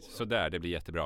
Så där, det blir jättebra.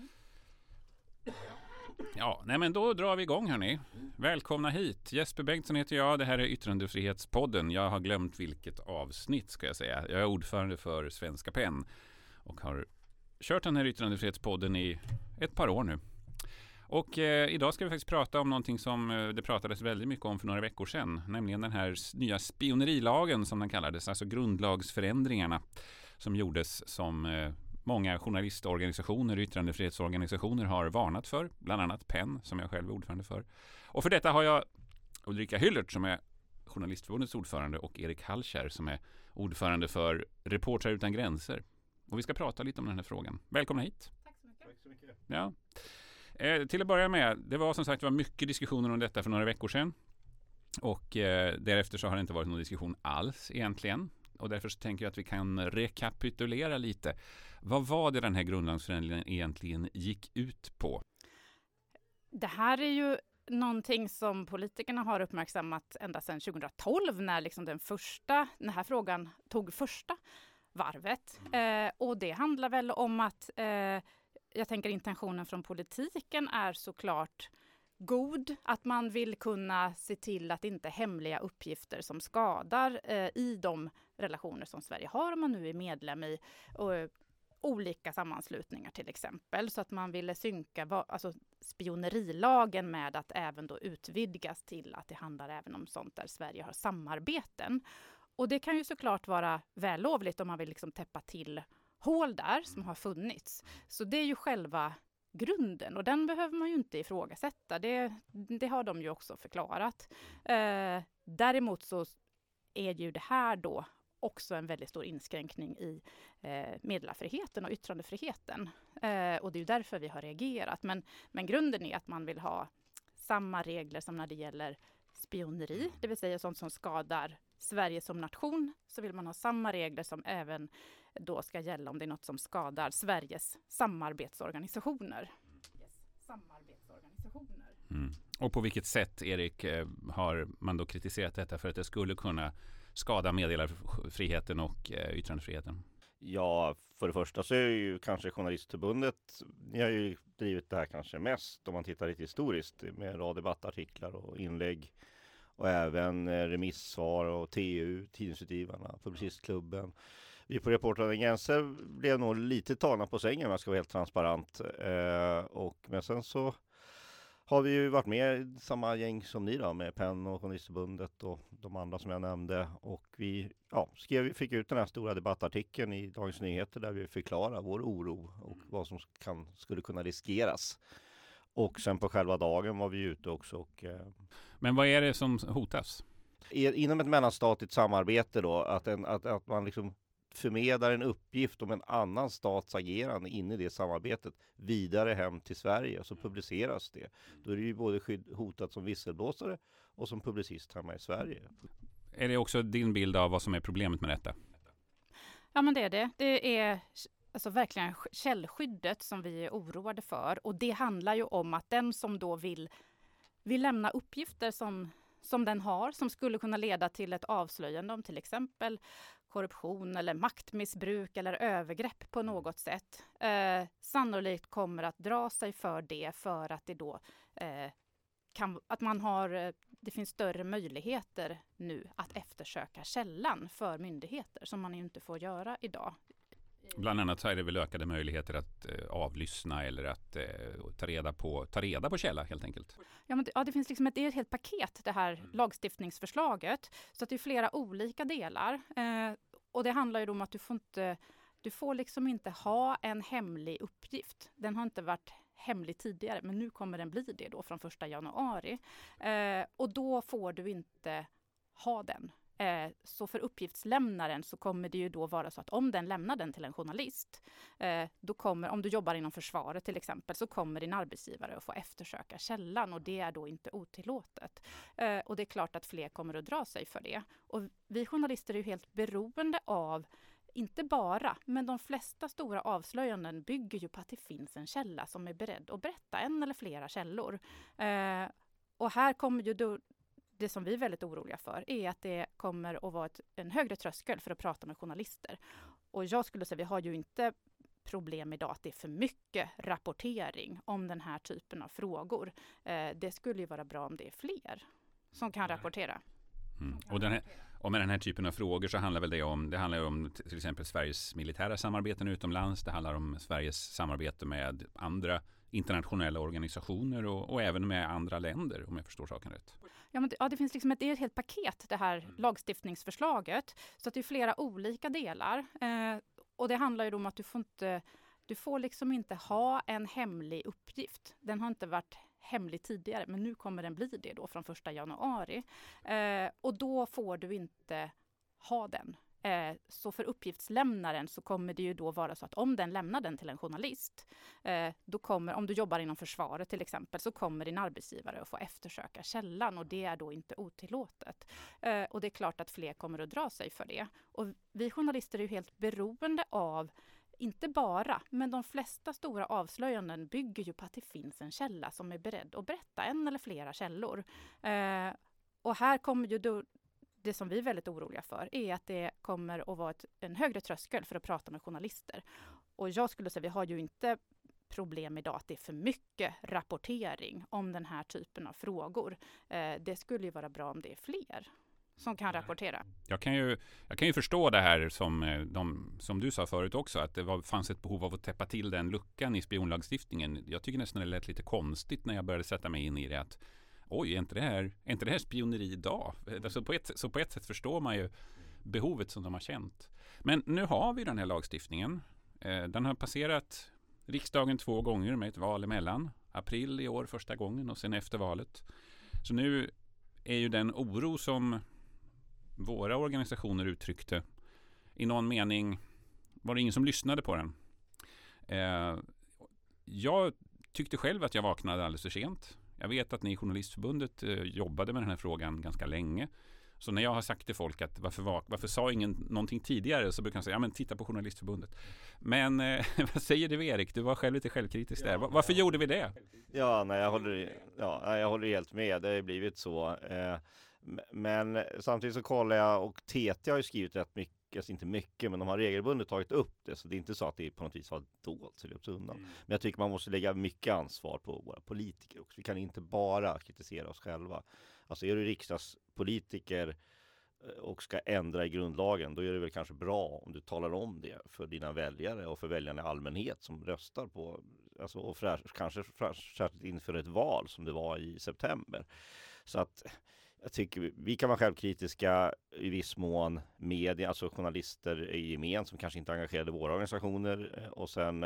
Ja, nej men då drar vi igång hörni. Välkomna hit. Jesper Bengtsson heter jag. Det här är Yttrandefrihetspodden. Jag har glömt vilket avsnitt ska jag säga. Jag är ordförande för Svenska PEN och har kört den här Yttrandefrihetspodden i ett par år nu. Och idag ska vi faktiskt prata om någonting som det pratades väldigt mycket om för några veckor sedan. Nämligen den här nya spionerilagen som den kallades. Alltså grundlagsförändringarna som gjordes som många journalistorganisationer och yttrandefrihetsorganisationer har varnat för. Bland annat PEN som jag själv är ordförande för. Och för detta har jag Ulrika Hyllert som är Journalistförbundets ordförande och Erik Hallkär som är ordförande för Reportrar utan gränser. Och vi ska prata lite om den här frågan. Välkomna hit. Tack så mycket. Tack så mycket. Ja. Till att börja med, det var som sagt mycket diskussioner om detta för några veckor sedan. Och därefter så har det inte varit någon diskussion alls egentligen. Och därför så tänker jag att vi kan rekapitulera lite. Vad var det den här grundlagsförändringen egentligen gick ut på? Det här är ju någonting som politikerna har uppmärksammat ända sedan 2012 när liksom den här frågan tog första varvet. Och det handlar väl om att jag tänker intentionen från politiken är såklart god. Att man vill kunna se till att inte hemliga uppgifter som skadar i de relationer som Sverige har om man nu är medlem i olika sammanslutningar till exempel. Så att man ville synka spionerilagen med att även då utvidgas till att det handlar även om sånt där Sverige har samarbeten. Och det kan ju såklart vara vällovligt om man vill liksom täppa till hål där som har funnits. Så det är ju själva grunden och den behöver man ju inte ifrågasätta. Det har de ju också förklarat. Däremot så är ju det här då också en väldigt stor inskränkning i meddelarfriheten och yttrandefriheten. Och det är ju därför vi har reagerat. Men grunden är att man vill ha samma regler som när det gäller spioneri, det vill säga sånt som skadar Sverige som nation, så vill man ha samma regler som även då ska gälla om det är något som skadar Sveriges samarbetsorganisationer. Och på vilket sätt, Erik, har man då kritiserat detta för att det skulle kunna skada meddelarfriheten och yttrandefriheten? Ja, för det första så är ju kanske Journalistförbundet, ni har ju drivit det här kanske mest om man tittar lite historiskt med en rad debattartiklar och inlägg och även remissvar och TU, Tidningsutgivarna, Publicistklubben. Vi på Reportrar utan gränser blev nog lite tagna på sängen om jag ska vara helt transparent. Men sen så har vi ju varit med i samma gäng som ni då, med PEN och Journalistförbundet och de andra som jag nämnde. Och vi fick ut den här stora debattartikeln i Dagens Nyheter där vi förklarar vår oro och vad som skulle kunna riskeras. Och sen på själva dagen var vi ute också. Men vad är det som hotas? Inom ett mellanstatligt samarbete då, att man liksom förmedlar en uppgift om en annan stats agerande in i det samarbetet vidare hem till Sverige och så publiceras det. Då är det ju både hotat som visselblåsare och som publicist hemma i Sverige. Är det också din bild av vad som är problemet med detta? Ja, men det är det. Det är alltså verkligen källskyddet som vi är oroade för. Och det handlar ju om att den som då vill lämna uppgifter som den har, som skulle kunna leda till ett avslöjande om till exempel korruption eller maktmissbruk eller övergrepp på något sätt, sannolikt kommer att dra sig för det för att det då det finns större möjligheter nu att eftersöka källan för myndigheter som man inte får göra idag. Bland annat så är det väl ökade möjligheter att avlyssna eller att ta reda på källa helt enkelt. Ja, men det finns liksom det är ett helt paket det här lagstiftningsförslaget, så att det är flera olika delar. Och det handlar ju om att du får liksom inte ha en hemlig uppgift. Den har inte varit hemlig tidigare, men nu kommer den bli det då från 1 januari. Och då får du inte ha den. Så för uppgiftslämnaren så kommer det ju då vara så att om den lämnar den till en journalist, då kommer, om du jobbar inom försvaret till exempel, så kommer din arbetsgivare att få eftersöka källan och det är då inte otillåtet. Och det är klart att fler kommer att dra sig för det. Och vi journalister är ju helt beroende av, inte bara, men de flesta stora avslöjanden bygger ju på att det finns en källa som är beredd att berätta en eller flera källor. Och här kommer ju då det som vi är väldigt oroliga för är att det kommer att vara en högre tröskel för att prata med journalister. Och jag skulle säga, vi har ju inte problem idag att det är för mycket rapportering om den här typen av frågor. Det skulle ju vara bra om det är fler som kan rapportera. Och med den här typen av frågor så handlar väl det handlar om till exempel Sveriges militära samarbeten utomlands. Det handlar om Sveriges samarbete med andra internationella organisationer och även med andra länder, om jag förstår saken rätt. Ja, det finns liksom det är ett helt paket, det här lagstiftningsförslaget. Så att det är flera olika delar. Och det handlar ju om att du får liksom inte ha en hemlig uppgift. Den har inte varit hemlig tidigare, men nu kommer den bli det då från 1 januari. Och då får du inte ha den. Så för uppgiftslämnaren så kommer det ju då vara så att om den lämnar den till en journalist, då kommer, om du jobbar inom försvaret till exempel, så kommer din arbetsgivare att få eftersöka källan och det är då inte otillåtet. Och det är klart att fler kommer att dra sig för det. Och vi journalister är ju helt beroende av, inte bara, men de flesta stora avslöjanden bygger ju på att det finns en källa som är beredd att berätta en eller flera källor. Och här kommer ju då det som vi är väldigt oroliga för är att det kommer att vara en högre tröskel för att prata med journalister. Och jag skulle säga, vi har ju inte problem idag att det är för mycket rapportering om den här typen av frågor. Det skulle ju vara bra om det är fler som kan rapportera. Jag kan ju förstå det här som du sa förut också, att det fanns ett behov av att täppa till den luckan i spionlagstiftningen. Jag tycker nästan det lät lite konstigt när jag började sätta mig in i det att oj, är inte det här spioneri idag? Alltså på ett sätt förstår man ju behovet som de har känt. Men nu har vi den här lagstiftningen. Den har passerat riksdagen 2 gånger med ett val emellan. April i år första gången och sen efter valet. Så nu är ju den oro som våra organisationer uttryckte, i någon mening var det ingen som lyssnade på den. Jag tyckte själv att jag vaknade alldeles för sent. Jag vet att ni i Journalistförbundet jobbade med den här frågan ganska länge. Så när jag har sagt till folk att varför sa ingen någonting tidigare, så brukar jag säga, ja men titta på Journalistförbundet. Men vad säger du, Erik? Du var själv lite självkritisk där. Varför gjorde vi det? Ja, nej, jag håller helt med. Det har blivit så. Men samtidigt så kollar jag, och TT har ju skrivit rätt mycket, alltså inte mycket, men de har regelbundet tagit upp det, så det är inte så att det på något vis var dolt så löps undan. Men jag tycker man måste lägga mycket ansvar på våra politiker också. Vi kan inte bara kritisera oss själva. Alltså är du riksdagspolitiker och ska ändra i grundlagen, då är det väl kanske bra om du talar om det för dina väljare och för väljarna i allmänhet som röstar på, alltså, och kanske särskilt inför ett val som det var i september. Så att jag tycker vi kan vara självkritiska i viss mån, media, alltså journalister i gemen som kanske inte engagerade våra organisationer, och sen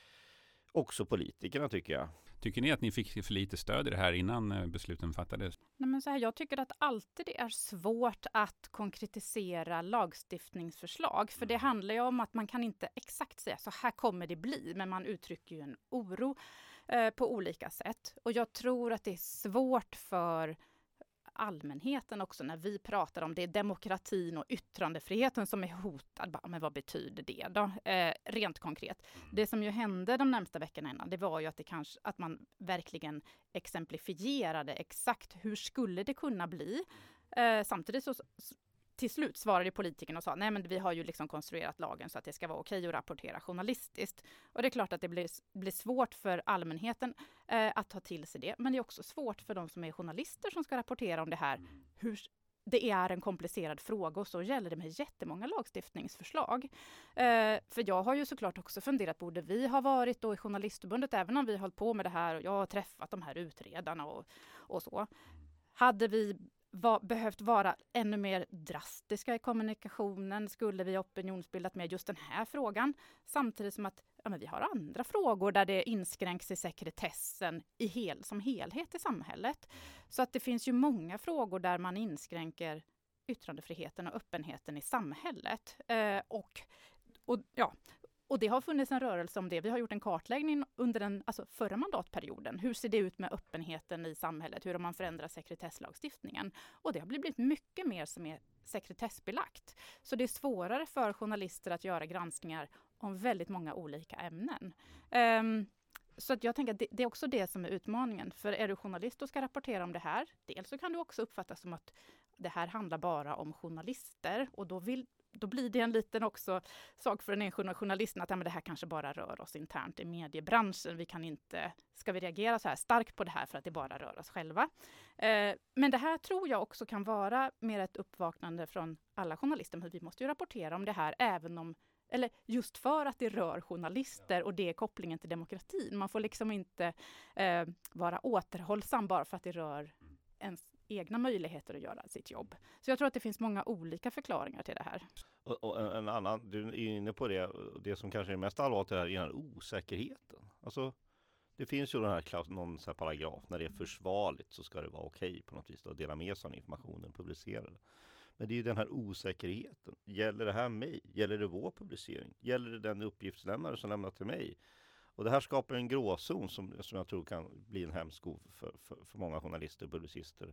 också politikerna, tycker jag. Tycker ni att ni fick för lite stöd i det här innan besluten fattades? Nej, men så här, jag tycker att alltid det är svårt att konkretisera lagstiftningsförslag. För det handlar ju om att man kan inte exakt säga så här kommer det bli. Men man uttrycker ju en oro på olika sätt. Och jag tror att det är svårt för allmänheten också när vi pratar om det är demokratin och yttrandefriheten som är hotad. Men vad betyder det då? Rent konkret. Det som ju hände de närmsta veckorna innan, det var ju att man verkligen exemplifierade exakt hur skulle det kunna bli. Samtidigt så till slut svarade politikerna och sa nej, men vi har ju liksom konstruerat lagen så att det ska vara okej att rapportera journalistiskt. Och det är klart att det blir svårt för allmänheten att ta till sig det. Men det är också svårt för de som är journalister som ska rapportera om det här. Hur det är en komplicerad fråga, och så gäller det med jättemånga lagstiftningsförslag. För jag har ju såklart också funderat, borde vi ha varit då i Journalistförbundet, även om vi har hållit på med det här och jag har träffat de här utredarna och så. Hade vi behövt vara ännu mer drastiska i kommunikationen? Skulle vi opinionsbildat med just den här frågan? Samtidigt som att men vi har andra frågor där det inskränks i sekretessen som helhet i samhället. Så att det finns ju många frågor där man inskränker yttrandefriheten och öppenheten i samhället. Och det har funnits en rörelse om det. Vi har gjort en kartläggning under den förra mandatperioden. Hur ser det ut med öppenheten i samhället? Hur har man förändrat sekretesslagstiftningen? Och det har blivit mycket mer som är sekretessbelagt. Så det är svårare för journalister att göra granskningar om väldigt många olika ämnen. Så att jag tänker att det är också det som är utmaningen. För är du journalist och ska rapportera om det här, dels så kan du också uppfatta som att det här handlar bara om journalister. Och då vill då blir det en liten också sak för den enskilda journalisten att det här kanske bara rör oss internt i mediebranschen. Ska vi reagera så här starkt på det här för att det bara rör oss själva? Men det här tror jag också kan vara mer ett uppvaknande från alla journalister. Hur vi måste ju rapportera om det här eller just för att det rör journalister och det är kopplingen till demokratin. Man får liksom inte vara återhållsam bara för att det rör ens egna möjligheter att göra sitt jobb. Så jag tror att det finns många olika förklaringar till det här. Och en annan, du är inne på det som kanske är mest allvarligt är den här osäkerheten. Alltså, det finns ju någon så här paragraf, när det är försvarligt så ska det vara okej på något vis att dela med sig av informationen, publicera det. Men det är ju den här osäkerheten. Gäller det här mig? Gäller det vår publicering? Gäller det den uppgiftslämnare som lämnar till mig? Och det här skapar en gråzon som jag tror kan bli en hämsko för många journalister och publicister.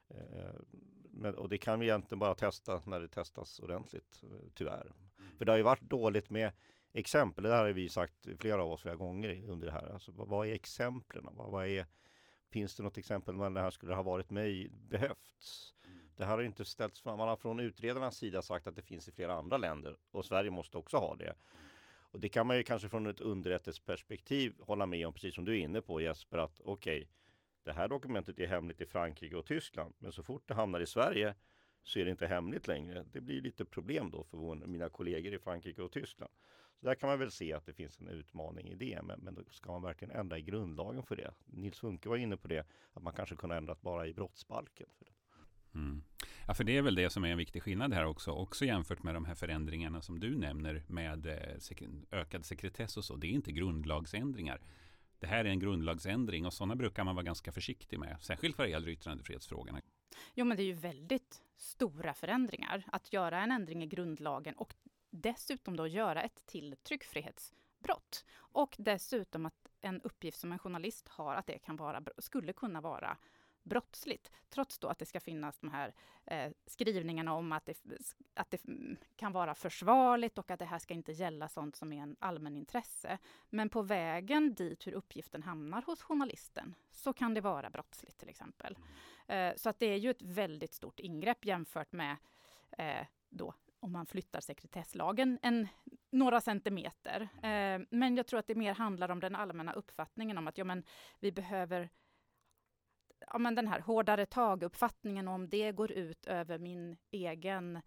Och det kan vi egentligen bara testa när det testas ordentligt, tyvärr. För det har ju varit dåligt med exempel. Det här har vi sagt flera av oss flera gånger under det här. Alltså, vad är exemplen? Finns det något exempel när det här skulle ha varit mig behövts? Det här har inte ställts fram. Man har från utredarnas sida sagt att det finns i flera andra länder och Sverige måste också ha det. Och det kan man ju kanske från ett underrättelseperspektiv hålla med om, precis som du är inne på, Jesper, att okej, det här dokumentet är hemligt i Frankrike och Tyskland, men så fort det hamnar i Sverige så är det inte hemligt längre. Det blir lite problem då för mina kollegor i Frankrike och Tyskland. Så där kan man väl se att det finns en utmaning i det, men då ska man verkligen ändra i grundlagen för det. Nils Funke var inne på det, att man kanske kunde ändra bara i brottsbalken för det. Ja, för det är väl det som är en viktig skillnad här också jämfört med de här förändringarna som du nämner med ökad sekretess och så. Det är inte grundlagsändringar. Det här är en grundlagsändring och sådana brukar man vara ganska försiktig med, särskilt vad det gäller yttrandefrihetsfrågorna. Jo, men det är ju väldigt stora förändringar att göra en ändring i grundlagen och dessutom då göra ett till tryckfrihetsbrott. Och dessutom att en uppgift som en journalist har, att det skulle kunna vara brottsligt. Trots då att det ska finnas de här skrivningarna om att det kan vara försvarligt och att det här ska inte gälla sånt som är en allmän intresse. Men på vägen dit hur uppgiften hamnar hos journalisten så kan det vara brottsligt till exempel. Så att det är ju ett väldigt stort ingrepp jämfört med då om man flyttar sekretesslagen några centimeter. Men jag tror att det mer handlar om den allmänna uppfattningen om att vi behöver den här hårdare taguppfattningen, om det går ut över min egen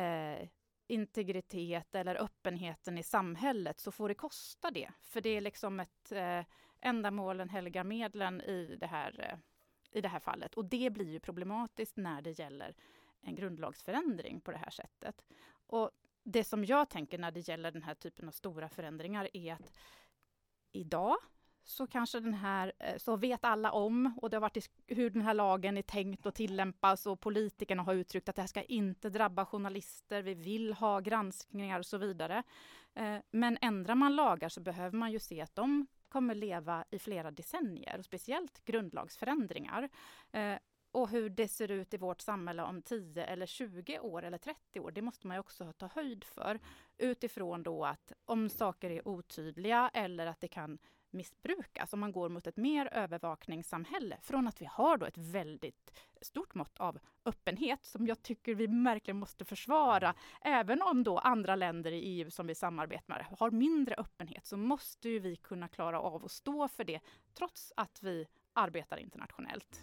integritet eller öppenheten i samhället så får det kosta det. För det är liksom ett ändamålen helgar medlen i det här fallet. Och det blir ju problematiskt när det gäller en grundlagsförändring på det här sättet. Och det som jag tänker när det gäller den här typen av stora förändringar är att idag så kanske så vet alla om, och det har varit hur den här lagen är tänkt att tillämpas och politikerna har uttryckt att det här ska inte drabba journalister, vi vill ha granskningar och så vidare. Men ändrar man lagar så behöver man ju se att de kommer leva i flera decennier, och speciellt grundlagsförändringar. Och hur det ser ut i vårt samhälle om 10 eller 20 år eller 30 år, det måste man ju också ta höjd för. Utifrån då att om saker är otydliga eller att det kan missbrukas, om man går mot ett mer övervakningssamhälle, från att vi har då ett väldigt stort mått av öppenhet som jag tycker vi verkligen måste försvara. Även om då andra länder i EU som vi samarbetar med har mindre öppenhet, så måste ju vi kunna klara av att stå för det trots att vi arbetar internationellt.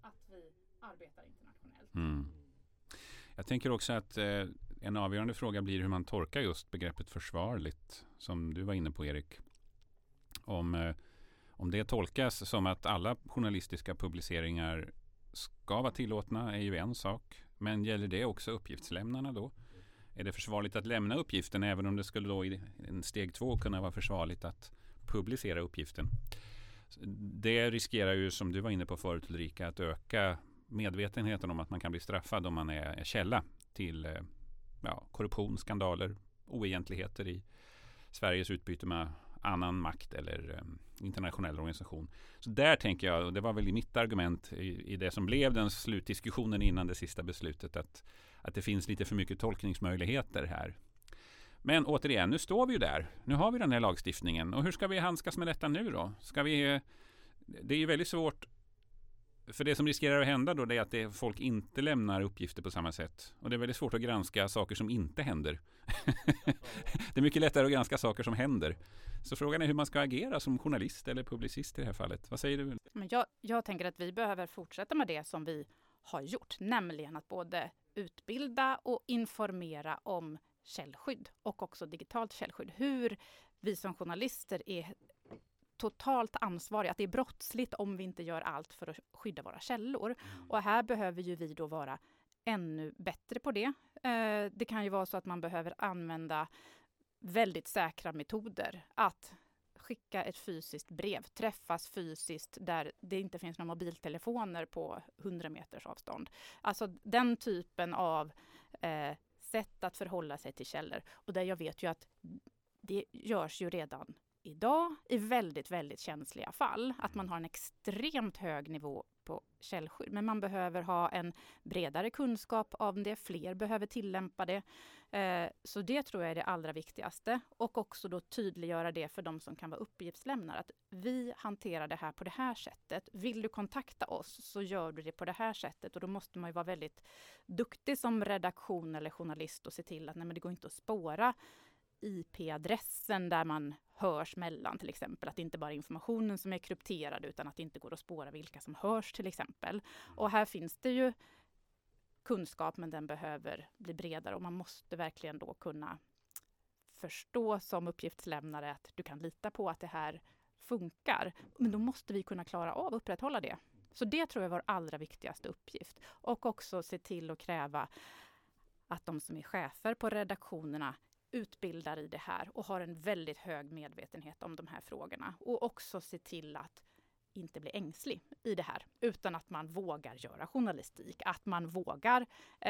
Jag tänker också att en avgörande fråga blir hur man tolkar just begreppet försvarligt, som du var inne på, Erik. Om det tolkas som att alla journalistiska publiceringar ska vara tillåtna är ju en sak. Men gäller det också uppgiftslämnarna då? Är det försvarligt att lämna uppgiften även om det skulle då i en steg 2 kunna vara försvarligt att publicera uppgiften? Det riskerar ju, som du var inne på förut, Ulrika, att öka medvetenheten om att man kan bli straffad om man är källa till korruption, skandaler, oegentligheter i Sveriges utbyte med annan makt eller internationell organisation. Så där tänker jag, och det var väl i mitt argument i det som blev den slutdiskussionen innan det sista beslutet, att det finns lite för mycket tolkningsmöjligheter här. Men återigen, nu står vi ju där. Nu har vi den här lagstiftningen. Och hur ska vi handskas med detta nu då? Det är ju väldigt svårt För det som riskerar att hända då, det är att folk inte lämnar uppgifter på samma sätt. Och det är väldigt svårt att granska saker som inte händer. Det är mycket lättare att granska saker som händer. Så frågan är hur man ska agera som journalist eller publicist i det här fallet. Vad säger du? Men jag tänker att vi behöver fortsätta med det som vi har gjort, nämligen att både utbilda och informera om källskydd och också digitalt källskydd. Hur vi som journalister är totalt ansvariga, att det är brottsligt om vi inte gör allt för att skydda våra källor. Och här behöver ju vi då vara ännu bättre på det. Det kan ju vara så att man behöver använda väldigt säkra metoder. Att skicka ett fysiskt brev, träffas fysiskt där det inte finns några mobiltelefoner på 100 meters avstånd. Alltså den typen av sätt att förhålla sig till källor. Och där jag vet ju att det görs ju redan idag i väldigt, väldigt känsliga fall. Att man har en extremt hög nivå på källskydd. Men man behöver ha en bredare kunskap om det. Fler behöver tillämpa det. Så det tror jag är det allra viktigaste. Och också då tydliggöra det för de som kan vara uppgiftslämnare. Att vi hanterar det här på det här sättet. Vill du kontakta oss så gör du det på det här sättet. Och då måste man ju vara väldigt duktig som redaktion eller journalist och se till att nej, men det går inte att spåra IP-adressen där man hörs mellan till exempel. Att det inte bara är informationen som är krypterad utan att det inte går att spåra vilka som hörs till exempel. Och här finns det ju kunskap men den behöver bli bredare och man måste verkligen då kunna förstå som uppgiftslämnare att du kan lita på att det här funkar. Men då måste vi kunna klara av att upprätthålla det. Så det tror jag är vår allra viktigaste uppgift. Och också se till att kräva att de som är chefer på redaktionerna utbildar i det här och har en väldigt hög medvetenhet om de här frågorna. Och också se till att inte bli ängslig i det här, utan att man vågar göra journalistik. Att man vågar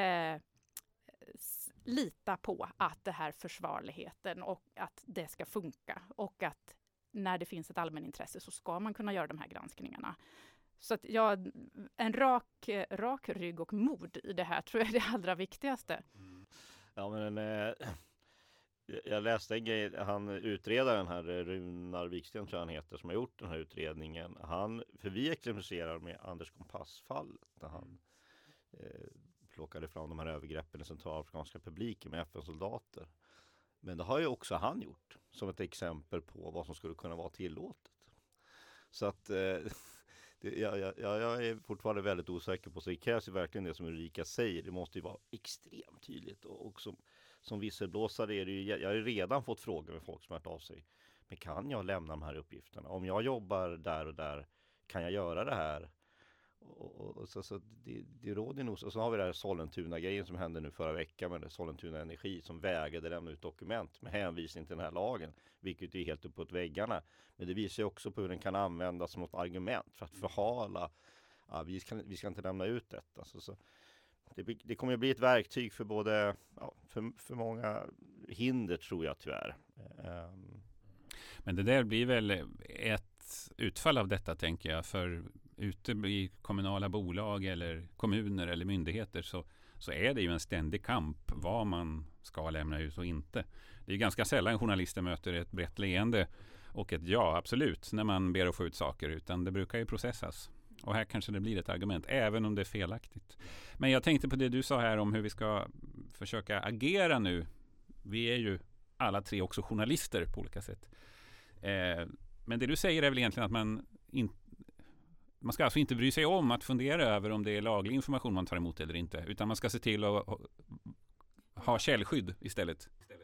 lita på att det här försvarligheten och att det ska funka. Och att när det finns ett allmänintresse så ska man kunna göra de här granskningarna. Så att en rak rygg och mod i det här tror jag är det allra viktigaste. Ja, men jag läste en grej, utredaren här, Runar Wiksten tror jag han heter, som har gjort den här utredningen. För vi exemplifierar med Anders Kompass-fall där han plockade fram de här övergreppen i Centralafrikanska republiken med FN-soldater. Men det har ju också han gjort som ett exempel på vad som skulle kunna vara tillåtet. Så att jag är fortfarande väldigt osäker på, så det krävs ju verkligen det som Ulrika säger. Det måste ju vara extremt tydligt och som visselblåsare är det ju, jag har ju redan fått frågor med folk som har hört av sig. Men kan jag lämna de här uppgifterna? Om jag jobbar där och där, kan jag göra det här? Och så det råder nog. Och så har vi det här Sollentuna-grejen som hände nu förra veckan med Sollentuna Energi som vägrade lämna ut dokument med hänvisning till den här lagen. Vilket är helt uppåt väggarna. Men det visar ju också på hur den kan användas som något argument för att förhala. Ja, vi ska inte lämna ut detta. Så det kommer att bli ett verktyg för både för många hinder tror jag tyvärr. Men det där blir väl ett utfall av detta tänker jag, för ute i kommunala bolag eller kommuner eller myndigheter så är det ju en ständig kamp vad man ska lämna ut och inte. Det är ganska sällan journalister möter ett brett leende och ett ja absolut när man ber att få ut saker, utan det brukar ju processas. Och här kanske det blir ett argument, även om det är felaktigt. Men jag tänkte på det du sa här om hur vi ska försöka agera nu. Vi är ju alla tre också journalister på olika sätt. Men det du säger är väl egentligen att man ska alltså inte bry sig om att fundera över om det är laglig information man tar emot eller inte. Utan man ska se till att ha källskydd istället.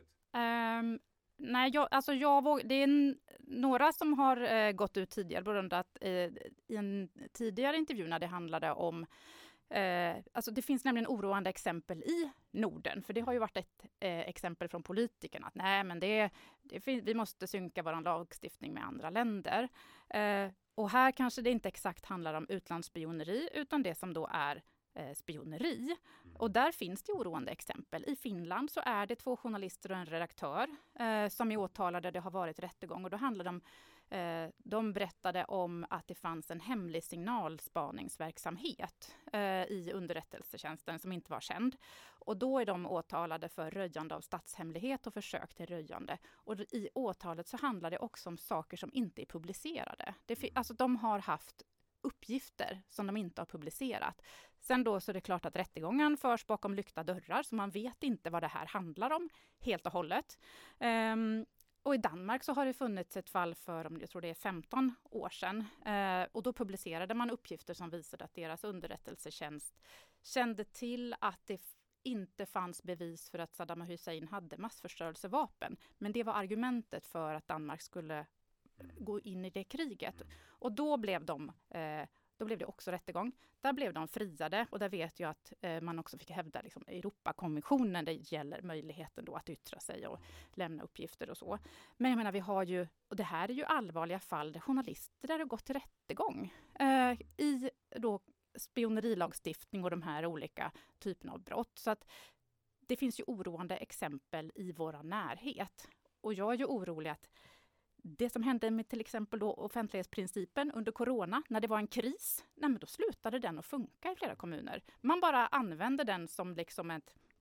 Nej, det är några som har gått ut tidigare på grund av att i en tidigare intervju när det handlade om det finns nämligen oroande exempel i Norden, för det har ju varit ett exempel från politikerna att nej men vi måste synka vår lagstiftning med andra länder. Och här kanske det inte exakt handlar om utlandsspioneri utan det som då är spioneri. Och där finns det oroande exempel. I Finland så är det 2 journalister och en redaktör som är åtalade. Det har varit rättegång och då handlar det om de berättade om att det fanns en hemlig signalspaningsverksamhet i underrättelsetjänsten som inte var känd. Och då är de åtalade för röjande av statshemlighet och försök till röjande. Och i åtalet så handlar det också om saker som inte är publicerade. De har haft uppgifter som de inte har publicerat. Sen då så är det klart att rättegången förs bakom lyckta dörrar, så man vet inte vad det här handlar om helt och hållet. Och i Danmark så har det funnits ett fall för, jag tror det är 15 år sedan. Och då publicerade man uppgifter som visade att deras underrättelsetjänst kände till att det inte fanns bevis för att Saddam Hussein hade massförstörelsevapen. Men det var argumentet för att Danmark skulle gå in i det kriget. Och då blev det också rättegång. Där blev de friade, och där vet jag att man också fick hävda liksom, Europakonventionen. Det gäller möjligheten då att yttra sig och lämna uppgifter och så. Men jag menar, vi har ju, och det här är ju allvarliga fall där journalister har gått till rättegång i då spionerilagstiftning och de här olika typerna av brott. Så att det finns ju oroande exempel i våra närhet. Och jag är ju orolig att det som hände med till exempel då offentlighetsprincipen under corona, när det var en kris, men då slutade den att funka i flera kommuner. Man bara använde den som liksom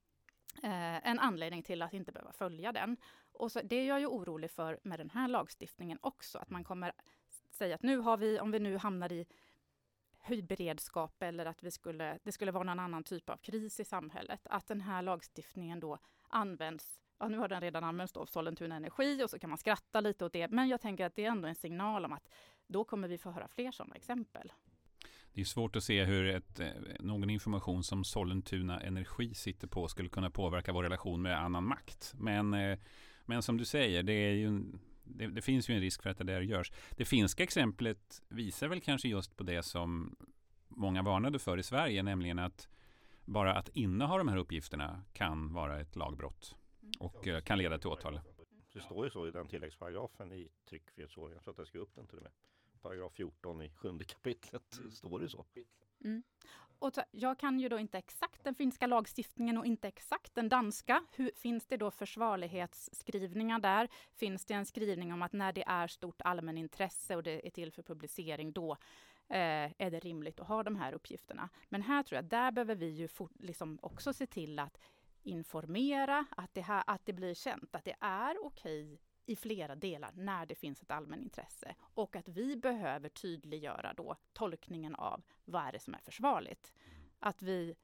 en anledning till att inte behöva följa den. Och så, det är jag ju orolig för med den här lagstiftningen också, att man kommer säga att nu har vi, om vi nu hamnar i höjd beredskap eller att det skulle vara någon annan typ av kris i samhället, att den här lagstiftningen då används. Ja, nu har den redan använts då av Sollentuna Energi, och så kan man skratta lite åt det. Men jag tänker att det är ändå en signal om att då kommer vi få höra fler sådana exempel. Det är svårt att se hur någon information som Sollentuna Energi sitter på skulle kunna påverka vår relation med annan makt. Men som du säger, det finns ju en risk för att det där görs. Det finska exemplet visar väl kanske just på det som många varnade för i Sverige, nämligen att bara att inneha de här uppgifterna kan vara ett lagbrott. Och kan leda till åtal. Det står ju så i den tilläggsparagrafen i tryckfrihetsförordningen. Jag tror att jag ska upp den till och med. Paragraf 14 i 7:e kapitlet står det så. Mm. Och jag kan ju då inte exakt den finska lagstiftningen och inte exakt den danska. Finns det då försvarlighetsskrivningar där? Finns det en skrivning om att när det är stort allmänintresse och det är till för publicering, då är det rimligt att ha de här uppgifterna. Men här tror jag, där behöver vi ju liksom också se till att informera, att det blir känt att det är okej i flera delar när det finns ett allmänintresse, och att vi behöver tydliggöra då tolkningen av vad är det som är försvarligt. Att vi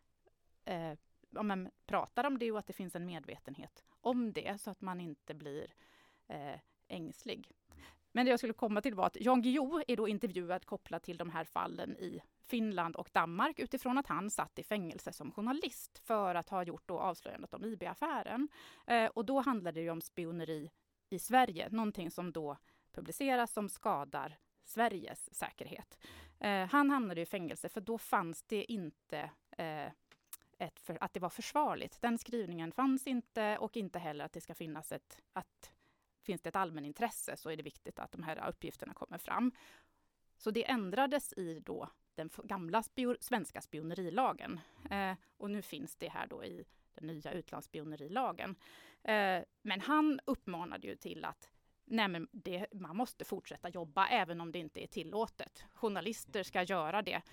pratar om det och att det finns en medvetenhet om det, så att man inte blir ängslig. Men det jag skulle komma till var att Jan Guillou är då intervjuad kopplat till de här fallen i Finland och Danmark utifrån att han satt i fängelse som journalist för att ha gjort då avslöjandet om IB-affären. Och då handlade det ju om spioneri i Sverige, någonting som då publiceras som skadar Sveriges säkerhet. Han hamnade i fängelse för då fanns det inte att det var försvarligt. Den skrivningen fanns inte, och inte heller att det ska finnas finns det ett allmänintresse, så är det viktigt att de här uppgifterna kommer fram. Så det ändrades i då den gamla svenska spionerilagen. Och nu finns det här då i den nya utlandsspionerilagen. Men han uppmanade ju till att man måste fortsätta jobba även om det inte är tillåtet. Journalister ska göra det.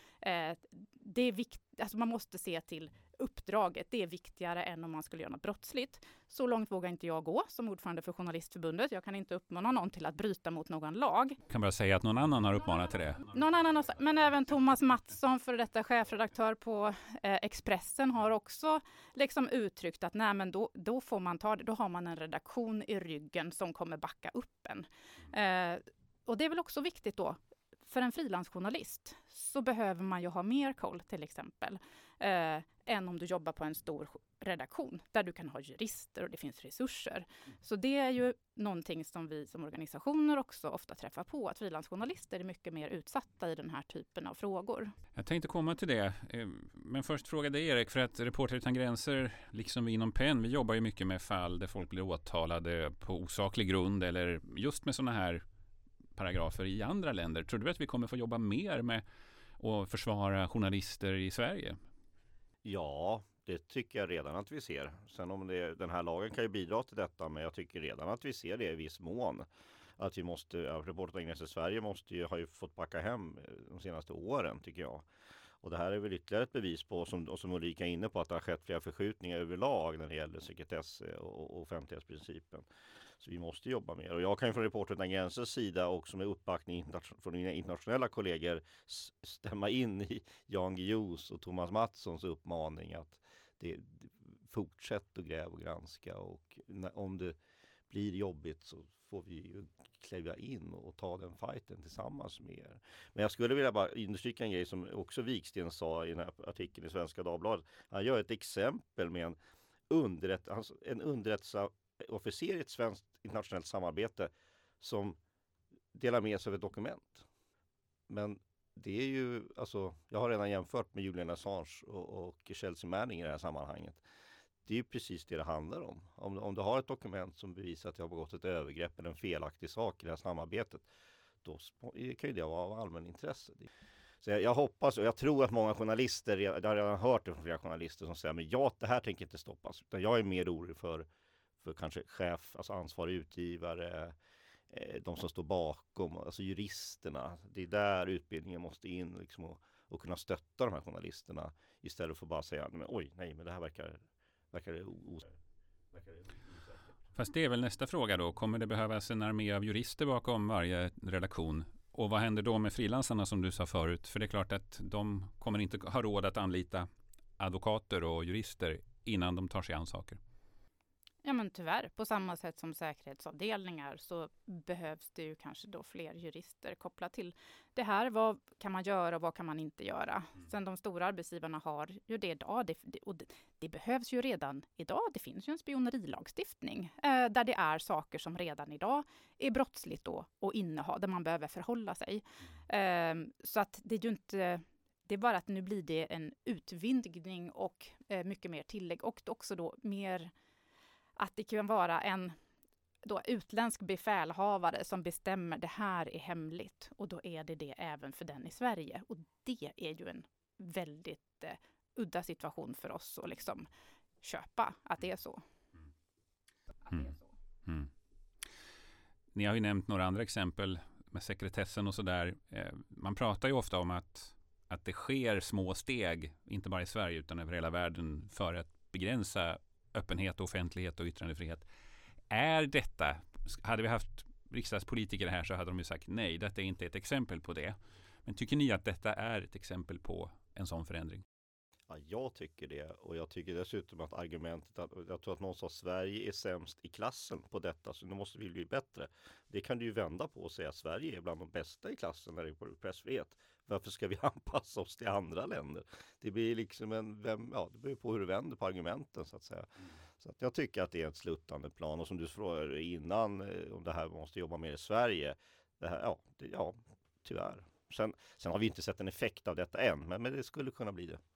Det är alltså man måste se till uppdraget. Det är viktigare än om man skulle göra något brottsligt. Så långt vågar inte jag gå som ordförande för Journalistförbundet. Jag kan inte uppmana någon till att bryta mot någon lag. Jag kan bara säga att någon annan har uppmanat till det. Någon annan har, men även Thomas Mattsson, för detta chefredaktör på Expressen, har också liksom uttryckt att då får man ta det. Då har man en redaktion i ryggen som kommer backa upp en. Och det är väl också viktigt då. För en frilansjournalist så behöver man ju ha mer koll till exempel än om du jobbar på en stor redaktion där du kan ha jurister och det finns resurser. Så det är ju någonting som vi som organisationer också ofta träffar på, att frilansjournalister är mycket mer utsatta i den här typen av frågor. Jag tänkte komma till det, men först fråga dig Erik, för att Reportrar utan gränser, liksom vi inom PEN, vi jobbar ju mycket med fall där folk blir åtalade på osaklig grund eller just med sådana här paragrafer i andra länder. Tror du att vi kommer få jobba mer med att försvara journalister i Sverige? Ja, det tycker jag redan att vi ser. Sen om den här lagen kan ju bidra till detta, men jag tycker redan att vi ser det i viss mån. Att vi måste, Reportrar utan gränser Sverige har ju fått backa hem de senaste åren, tycker jag. Och det här är väl ytterligare ett bevis på, som Ulrika är inne på, att det har skett flera förskjutningar överlag när det gäller sekretess och offentlighetsprincipen. Så vi måste jobba mer. Och jag kan ju från Reporter utan gränsers sida också med uppbackning från mina internationella kollegor stämma in i Jan Guillous och Thomas Mattssons uppmaning att fortsätt att gräva och granska, och om det blir jobbigt så får vi ju kliva in och ta den fighten tillsammans med er. Men jag skulle vilja bara understryka en grej som också Wiksten sa i den här artikeln i Svenska Dagbladet. Han gör ett exempel med en underrättelseofficer i ett svenskt internationellt samarbete som delar med sig av ett dokument. Men det är ju, alltså, jag har redan jämfört med Julian Assange och Chelsea Manning i det här sammanhanget. Det är ju precis det handlar om. Om du har ett dokument som bevisar att jag har begått ett övergrepp eller en felaktig sak i det här samarbetet, då kan ju det vara av allmänintresse. Så jag hoppas och jag tror att många journalister, jag har redan hört det från flera journalister som säger, men det här tänker inte stoppas. Utan jag är mer orolig för kanske chef, alltså ansvarig utgivare, de som står bakom, alltså juristerna. Det är där utbildningen måste in liksom, och kunna stötta de här journalisterna istället för att bara säga, men det här verkar osäkert. Fast det är väl nästa fråga då. Kommer det behövas en armé av jurister bakom varje redaktion? Och vad händer då med frilansarna som du sa förut? För det är klart att de kommer inte ha råd att anlita advokater och jurister innan de tar sig an saker. Ja, men tyvärr, på samma sätt som säkerhetsavdelningar så behövs det ju kanske då fler jurister kopplat till det här. Vad kan man göra och vad kan man inte göra? Sen de stora arbetsgivarna har ju det idag och det behövs ju redan idag. Det finns ju en spionerilagstiftning där det är saker som redan idag är brottsligt då och inneha, där man behöver förhålla sig. Så att det är ju inte... Det är bara att nu blir det en utvidgning och mycket mer tillägg och också då mer... Att det kan vara en utländsk befälhavare som bestämmer det här är hemligt. Och då är det även för den i Sverige. Och det är ju en väldigt udda situation för oss att liksom köpa att det är så. Ni har ju nämnt några andra exempel med sekretessen och sådär. Man pratar ju ofta om att det sker små steg, inte bara i Sverige utan över hela världen, för att begränsa öppenhet, offentlighet och yttrandefrihet. Är detta, hade vi haft riksdagspolitiker här så hade de ju sagt nej, detta är inte ett exempel på det. Men tycker ni att detta är ett exempel på en sån förändring? Ja, jag tycker det, och jag tycker dessutom att argumentet att jag tror att någon sa Sverige är sämst i klassen på detta, så nu måste vi bli bättre. Det kan du ju vända på och säga att Sverige är bland de bästa i klassen när det är pressfrihet. Varför ska vi anpassa oss till andra länder? Det blir liksom det beror på hur du vänder på argumenten så att säga. Så att jag tycker att det är ett sluttande plan, och som du frågade innan om det här måste jobba mer i Sverige. Det här, tyvärr. Sen har vi inte sett en effekt av detta än, men det skulle kunna bli det.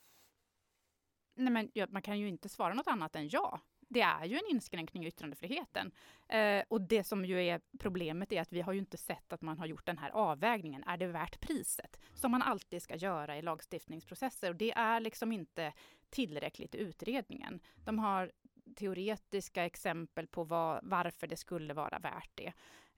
Nej, men man kan ju inte svara något annat än ja. Det är ju en inskränkning i yttrandefriheten. Och det som ju är problemet är att vi har ju inte sett att man har gjort den här avvägningen. Är det värt priset? Som man alltid ska göra i lagstiftningsprocesser. Och det är liksom inte tillräckligt i utredningen. De har teoretiska exempel på varför det skulle vara värt det.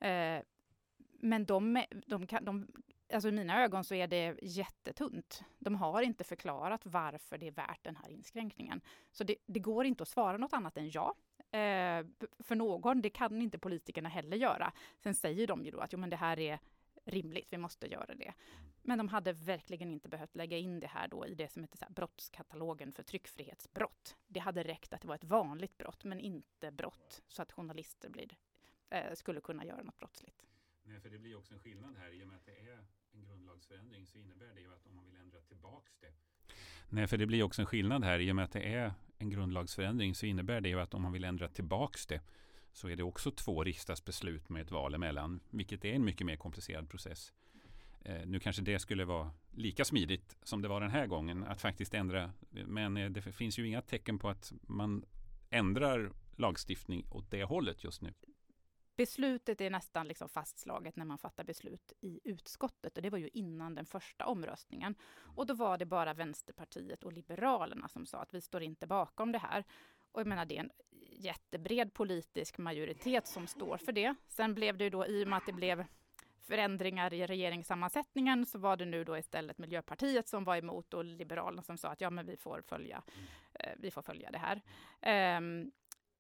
Men alltså i mina ögon så är det jättetunt. De har inte förklarat varför det är värt den här inskränkningen. Så det går inte att svara något annat än ja. För någon, det kan inte politikerna heller göra. Sen säger de ju då att men det här är rimligt, vi måste göra det. Men de hade verkligen inte behövt lägga in det här då i det som heter så här, brottskatalogen för tryckfrihetsbrott. Det hade räckt att det var ett vanligt brott, men inte brott. Så att journalister skulle kunna göra något brottsligt. Nej, för det blir också en skillnad här i och med att det är en grundlagsförändring, så innebär det ju att om man vill ändra tillbaks det. Nej, för det blir också en skillnad här i och med att det är en grundlagsförändring, så innebär det ju att om man vill ändra tillbaks det så är det också 2 riksdagsbeslut med ett val emellan, vilket är en mycket mer komplicerad process. Nu kanske det skulle vara lika smidigt som det var den här gången att faktiskt ändra, men det finns ju inga tecken på att man ändrar lagstiftning åt det hållet just nu. Beslutet är nästan liksom fastslaget när man fattar beslut i utskottet, och det var ju innan den första omröstningen. Och då var det bara Vänsterpartiet och Liberalerna som sa att vi står inte bakom det här. Och jag menar, det är en jättebred politisk majoritet som står för det. Sen blev det då, i och med att det blev förändringar i regeringssammansättningen, så var det nu då istället Miljöpartiet som var emot och Liberalerna som sa att men vi får följa det här.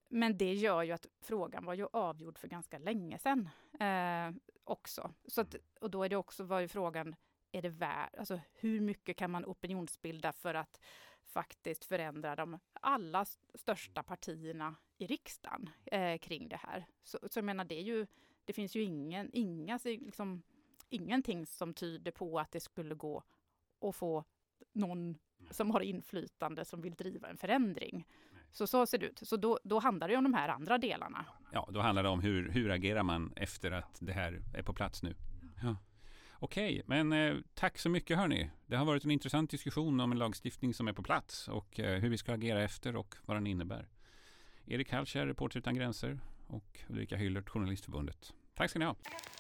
Men det gör ju att frågan var ju avgjord för ganska länge sedan också. Så att, och då är det också, var ju frågan, är det värt, alltså hur mycket kan man opinionsbilda för att faktiskt förändra de alla största partierna i riksdagen kring det här. Så jag menar, det finns ju ingenting som tyder på att det skulle gå att få någon som har inflytande som vill driva en förändring. Så ser det ut. Så då handlar det om de här andra delarna. Ja, då handlar det om hur agerar man efter att det här är på plats nu. Ja. Okej, men tack så mycket hörni. Det har varit en intressant diskussion om en lagstiftning som är på plats och hur vi ska agera efter och vad den innebär. Erik Hallkjær, Reporter utan gränser, och Ulrika Hyllert, Journalistförbundet. Tack ska ni ha.